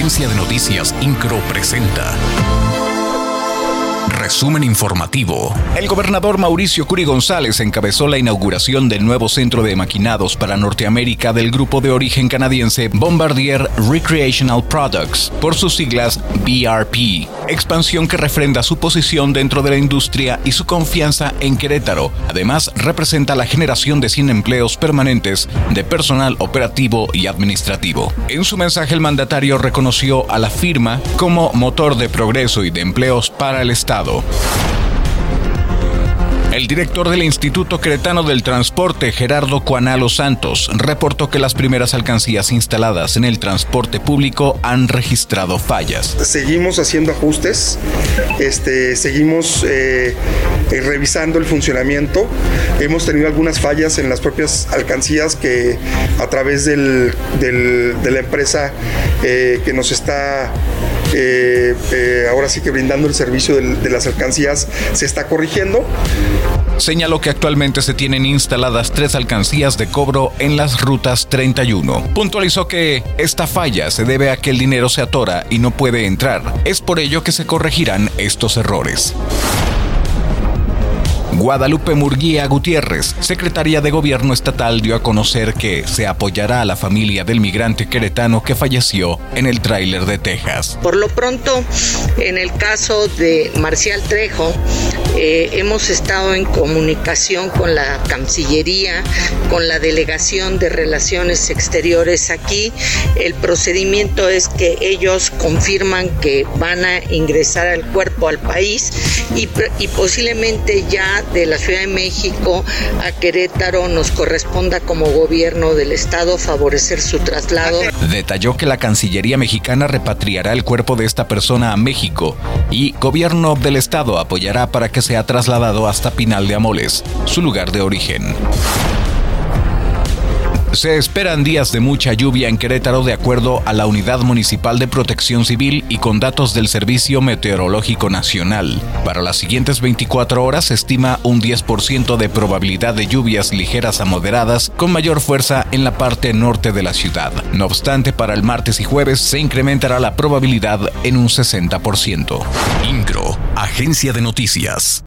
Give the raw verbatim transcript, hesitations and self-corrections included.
Agencia de Noticias Incro presenta Resumen informativo. El gobernador Mauricio Curi González encabezó la inauguración del nuevo centro de maquinados para Norteamérica del grupo de origen canadiense Bombardier Recreational Products, por sus siglas B R P. Expansión que refrenda su posición dentro de la industria y su confianza en Querétaro. Además, representa la generación de cien empleos permanentes de personal operativo y administrativo. En su mensaje, el mandatario reconoció a la firma como motor de progreso y de empleos para el Estado. El director del Instituto Queretano del Transporte, Gerardo Cuanalo Santos, reportó que las primeras alcancías instaladas en el transporte público han registrado fallas. Seguimos haciendo ajustes, este, seguimos eh, eh, revisando el funcionamiento. Hemos tenido algunas fallas en las propias alcancías que a través del, del, de la empresa eh, que nos está eh, eh, ahora sí que brindando el servicio de, de las alcancías se está corrigiendo. Señaló que actualmente se tienen instaladas tres alcancías de cobro en las rutas treinta y uno. Puntualizó que esta falla se debe a que el dinero se atora y no puede entrar. Es por ello que se corregirán estos errores. Guadalupe Murguía Gutiérrez, secretaria de Gobierno Estatal, dio a conocer que se apoyará a la familia del migrante queretano que falleció en el tráiler de Texas. Por lo pronto, en el caso de Marcial Trejo, eh, hemos estado en comunicación con la Cancillería, con la Delegación de Relaciones Exteriores aquí. El procedimiento es que ellos confirman que van a ingresar al cuerpo al país y, y posiblemente ya de la Ciudad de México a Querétaro nos corresponda como gobierno del estado favorecer su traslado. Detalló que la Cancillería mexicana repatriará el cuerpo de esta persona a México y gobierno del estado apoyará para que sea trasladado hasta Pinal de Amoles, su lugar de origen. Se esperan días de mucha lluvia en Querétaro de acuerdo a la Unidad Municipal de Protección Civil y con datos del Servicio Meteorológico Nacional. Para las siguientes veinticuatro horas se estima un diez por ciento de probabilidad de lluvias ligeras a moderadas con mayor fuerza en la parte norte de la ciudad. No obstante, para el martes y jueves se incrementará la probabilidad en un sesenta por ciento. Incro, Agencia de Noticias.